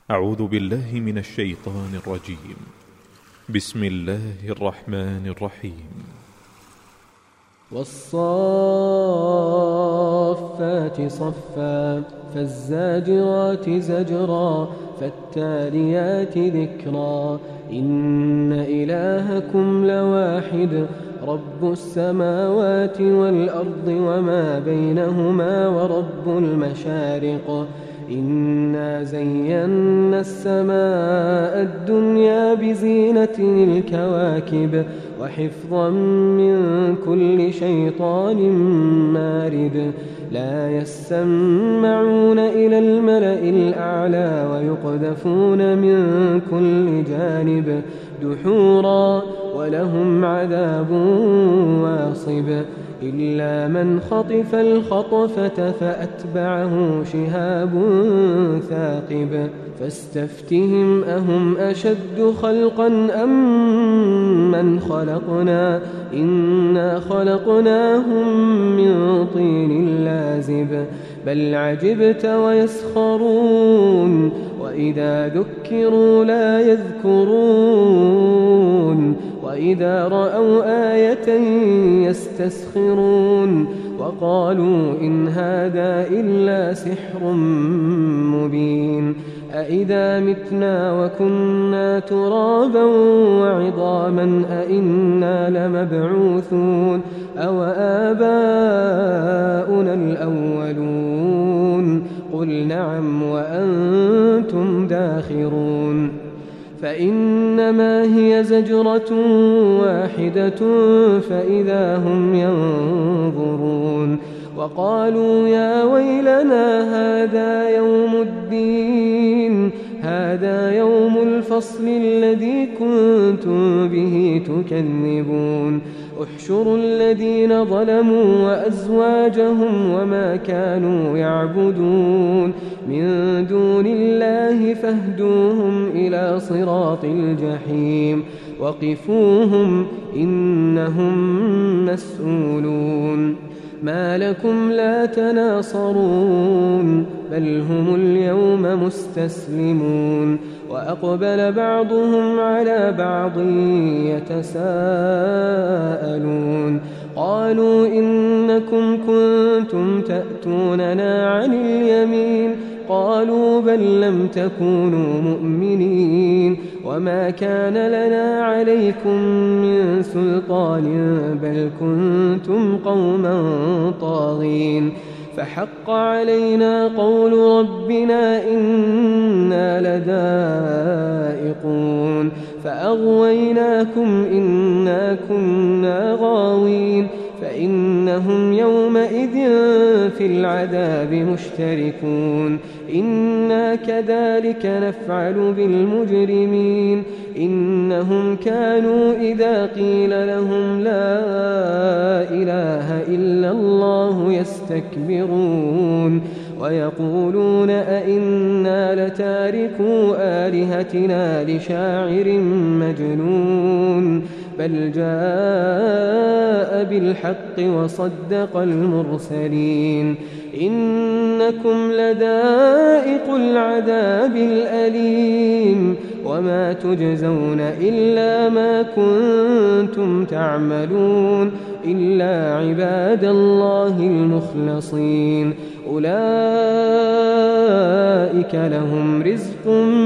أعوذ بالله من الشيطان الرجيم. بسم الله الرحمن الرحيم. والصافات صفا فالزاجرات زجرا فالتاليات ذكرا إن إلهكم لواحد رب السماوات والأرض وما بينهما ورب المشارق إنا زينا السماء الدنيا بزينة الكواكب وحفظا من كل شيطان مارد لا يسمعون إلى الملأ الأعلى ويقذفون من كل جانب دحورا ولهم عذاب واصب إلا من خطف الخطفة فأتبعه شهاب ثاقب فاستفتهم أهم أشد خلقا أم من خلقنا إنا خلقناهم من طين لازب بل عجبت ويسخرون وإذا ذكروا لا يذكرون وإذا رأوا آية يستسخرون وقالوا إن هذا إلا سحر مبين أإذا متنا وكنا ترابا وعظاما أإنا لمبعوثون أو آباؤنا الأولون قل نعم وأنتم داخرون فإنما هي زجرة واحدة فإذا هم ينظرون وقالوا يا ويلنا هذا يوم الفصل الذي كنتم به تكذبون احشروا الذين ظلموا وأزواجهم وما كانوا يعبدون من دون الله فاهدوهم إلى صراط الجحيم وقفوهم إنهم مسؤولون ما لكم لا تناصرون بل هم اليوم مستسلمون وأقبل بعضهم على بعض يتساءلون قالوا إنكم كنتم تأتوننا عن اليمين قالوا بل لم تكونوا مؤمنين وما كان لنا عليكم من سلطان بل كنتم قوما طاغين فحق علينا قول ربنا إنا لذائقون فأغويناكم إنا كنا غاوين فإنهم يومئذ في العذاب مشتركون إنا كذلك نفعل بالمجرمين إنهم كانوا إذا قيل لهم لا إله إلا الله يستكبرون ويقولون أئنا لتاركو آلهتنا لشاعر مجنون بل جاء بالحق وصدق المرسلين إنكم لذائق العذاب الأليم وما تجزون إلا ما كنتم تعملون إلا عباد الله المخلصين أولئك لهم رزق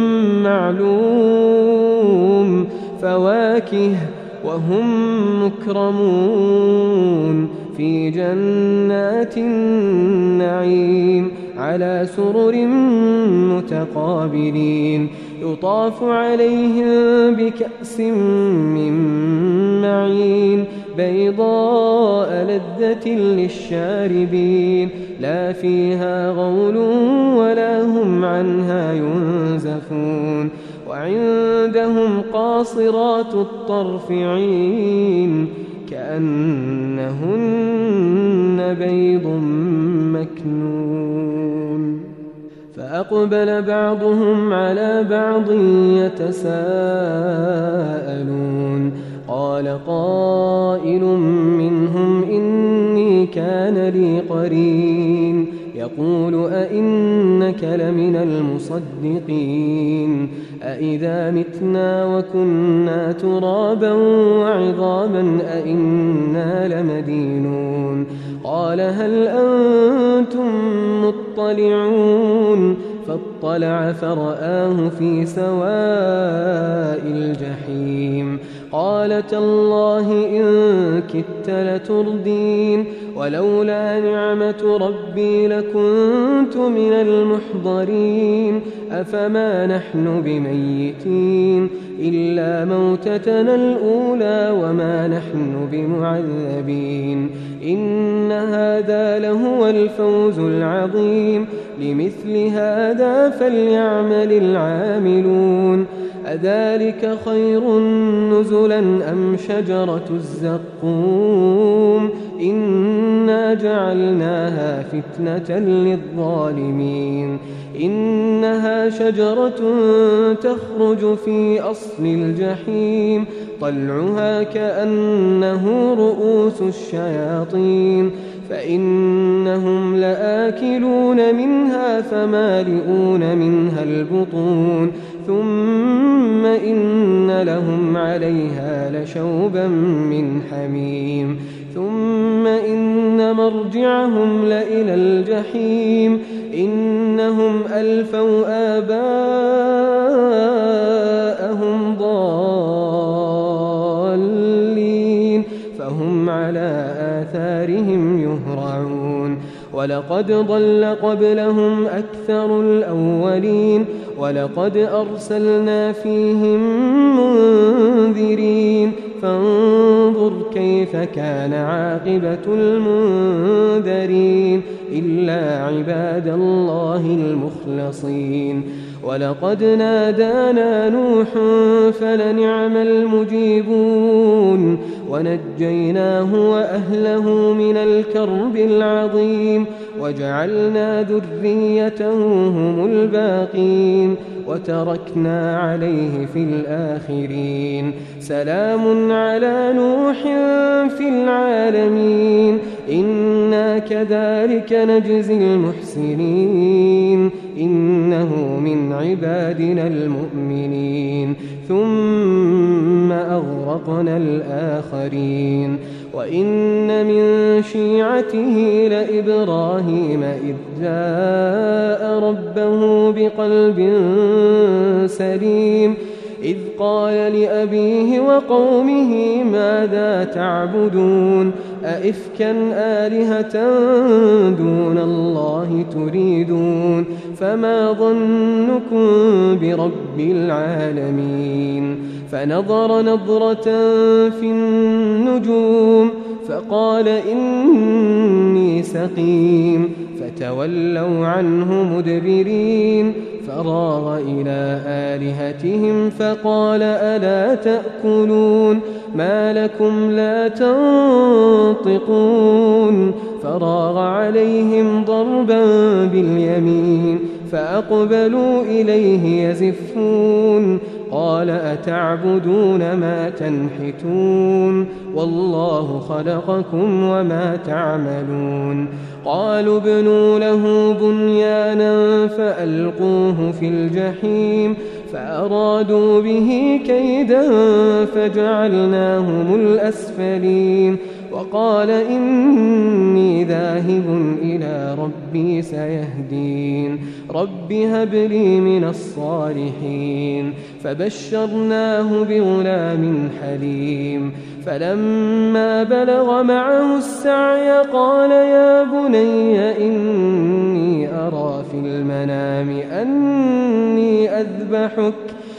معلوم فواكه وهم مكرمون في جنات النعيم على سرر متقابلين يطاف عليهم بكأس من معين بيضاء لذة للشاربين لا فيها غول ولا هم عنها ينزفون وعندهم قاصرات الطرف عين كأنهن بيض مكنون فأقبل بعضهم على بعض يتساءلون قال قائل منهم إني كان لي قرين يقول أئنك لمن المصدقين أئذا متنا وكنا ترابا وعظاما أئنا لمدينون قال هل أنتم مطلعون فاطلع فرآه في سواء الجحيم قال تالله إن كدت لتردين ولولا نعمة ربي لكنت من المحضرين أفما نحن بميتين إلا موتتنا الأولى وما نحن بمعذبين إن هذا لهو الفوز العظيم لمثل هذا فليعمل العاملون أذلك خير نزلا أم شجرة الزقوم إنا جعلناها فتنة للظالمين إنها شجرة تخرج في أصل الجحيم طلعها كأنه رؤوس الشياطين فإنهم لآكلون منها فمالئون منها البطون ثم إن لهم عليها لشوبا من حميم ثم إن مرجعهم لإلى الجحيم إنهم ألفوا آباءهم ضالين فهم على آثارهم يهرعون ولقد ضل قبلهم أكثر الأولين ولقد أرسلنا فيهم منذرين فانظر كيف كان عاقبة المنذرين إلا عباد الله المخلصين ولقد نادانا نوح فلنعم المجيبون ونجيناه وأهله من الكرب العظيم وجعلنا ذريته هم الباقين وتركنا عليه في الآخرين سلام على نوح في العالمين إنا كذلك نجزي المحسنين إنه من عبادنا المؤمنين ثم أغرقنا الآخرين وإن من شيعته لإبراهيم إذ جاء ربه بقلب سليم إذ قال لأبيه وقومه ماذا تعبدون أئفكا آلهة دون الله تريدون فما ظنكم برب العالمين فنظر نظرة في النجوم فقال إني سقيم فتولوا عنه مدبرين فراغ إلى آلهتهم فقال ألا تأكلون ما لكم لا تنطقون فراغ عليهم ضربا باليمين فأقبلوا إليه يزفون قال أتعبدون ما تنحتون والله خلقكم وما تعملون قالوا ابنوا له بنيانا فألقوه في الجحيم فأرادوا به كيدا فجعلناهم الأسفلين وقال إني ذاهب إلى ربي سيهدين رب هب لي من الصالحين فبشرناه بغلام حليم فلما بلغ معه السعي قال يا بني إني أرى في المنام أني أذبحك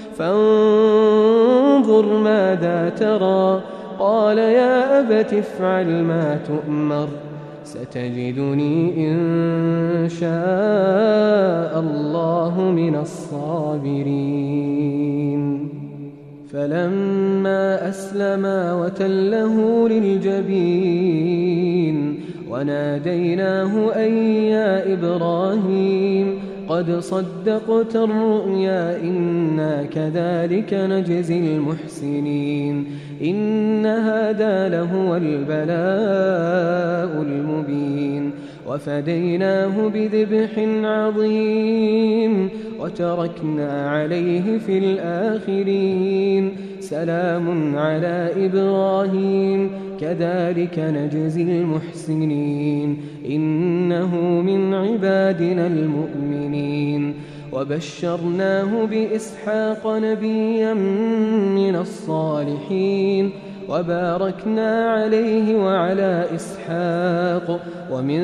فانظر ماذا ترى قال يا أبت افعل ما تؤمر ستجدني إن شاء الله من الصابرين فلما أسلما وتله للجبين وناديناه أن يا إبراهيم قد صدقت الرؤيا إنا كذلك نجزي المحسنين إن هذا لهو البلاء المبين وفديناه بذبح عظيم وتركنا عليه في الآخرين سلام على إبراهيم كذلك نجزي المحسنين إنه من عبادنا المؤمنين وبشرناه بإسحاق نبيا من الصالحين وباركنا عليه وعلى إسحاق ومن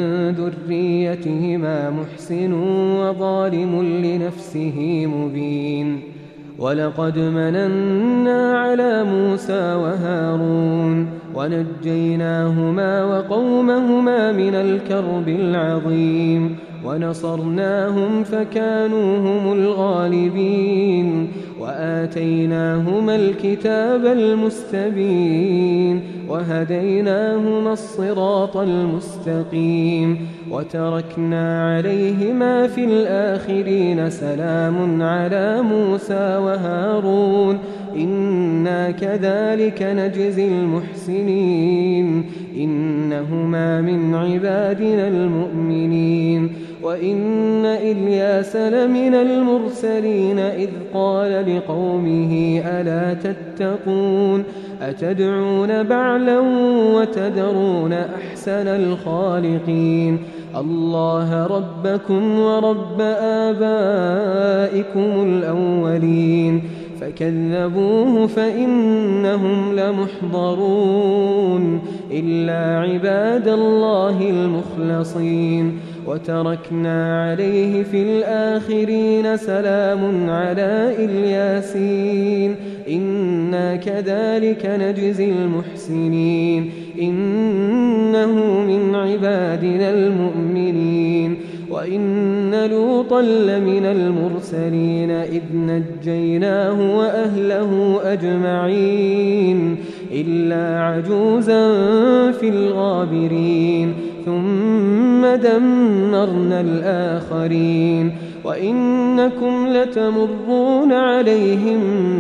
ذريتهما محسن وظالم لنفسه مبين ولقد مننا على موسى وهارون ونجيناهما وقومهما من الكرب العظيم ونصرناهم فكانوا هم الغالبين وآتيناهما الكتاب المستبين وهديناهما الصراط المستقيم وتركنا عليهما في الآخرين سلام على موسى وهارون إنا كذلك نجزي المحسنين إنهما من عبادنا المؤمنين وإن إلياس لمن المرسلين إذ قال لقومه ألا تتقون أتدعون بعلا وتذرون أحسن الخالقين الله ربكم ورب آبائكم الأولين فكذبوه فإنهم لمحضرون إلا عباد الله المخلصين وتركنا عليه في الآخرين سلام على الياسين إنا كذلك نجزي المحسنين إنه من عبادنا المؤمنين وإن لوطا لمن المرسلين إذ نجيناه وأهله أجمعين إلا عجوزا في الغابرين ثم دمرنا الآخرين وإنكم لتمرون عليهم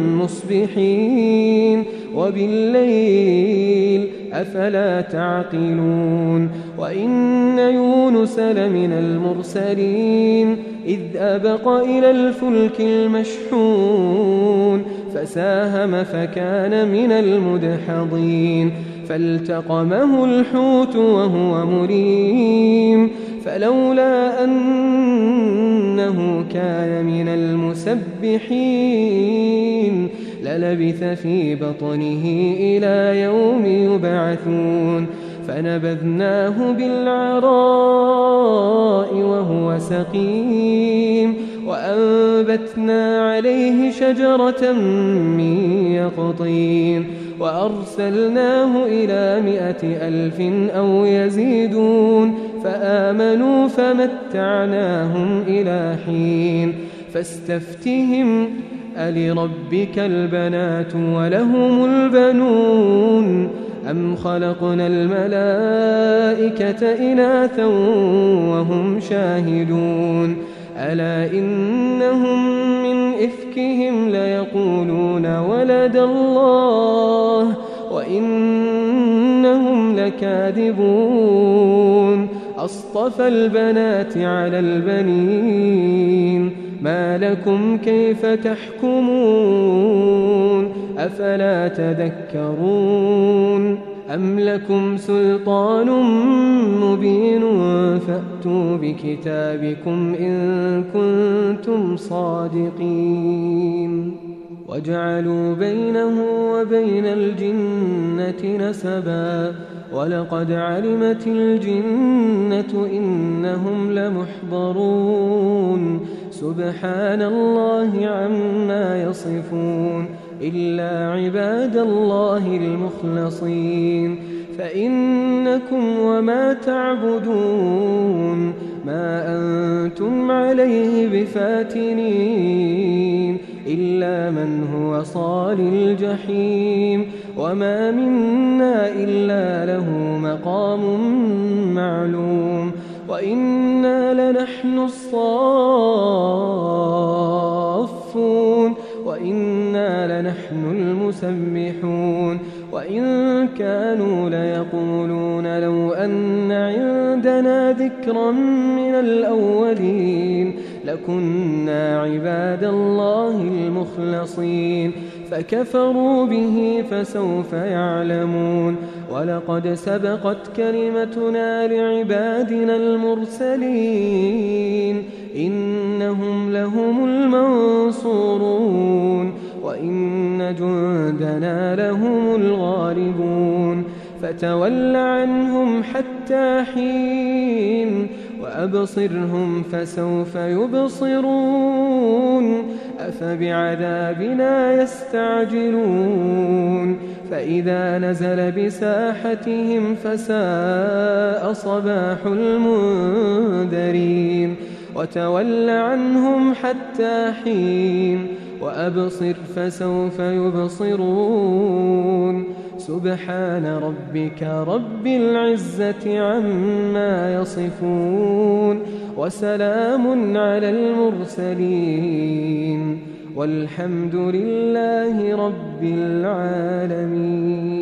مصبحين وبالليل أفلا تعقلون وإن يونس لمن المرسلين إذ أبق إلى الفلك المشحون فساهم فكان من المدحضين فالتقمه الحوت وهو مليم فلولا أنه كان من المسبحين للبث في بطنه إلى يوم يبعثون فنبذناه بالعراء وهو سقيم وأنبتنا عليه شجرة من يقطين وأرسلناه إلى 100,000 أو يزيدون فآمنوا فمتعناهم إلى حين فاستفتهم ألربك البنات ولهم البنون أم خلقنا الملائكة إناثا وهم شاهدون ألا إنهم من إفكهم ليقولون ولد الله وإنهم لكاذبون أصطفى البنات على البنين ما لكم كيف تحكمون أفلا تذكرون أم لكم سلطان مبين فأتوا بكتابكم إن كنتم صادقين وجعلوا بينه وبين الجنة نسبا ولقد علمت الجنة إنهم لمحضرون سبحان الله عما يصفون إلا عباد الله المخلصين فإنكم وما تعبدون ما أنتم عليه بفاتنين إلا من هو صال الجحيم وما منا إلا له مقام معلوم وإنا لنحن الصافون وإنا لنحن المسبحون وإن كانوا ليقولون لو أن عندنا ذكرا من الأولين لكنا عباد الله المخلصين فكفروا به فسوف يعلمون ولقد سبقت كلمتنا لعبادنا المرسلين إنهم لهم المنصورون وإن جندنا لهم الغالبون فتول عنهم حتى حين وأبصرهم فسوف يبصرون أفبعذابنا يستعجلون فإذا نزل بساحتهم فساء صباح المنذرين وتول عنهم حتى حين وأبصر فسوف يبصرون سبحان ربك رب العزة عما يصفون وسلام على المرسلين والحمد لله رب العالمين.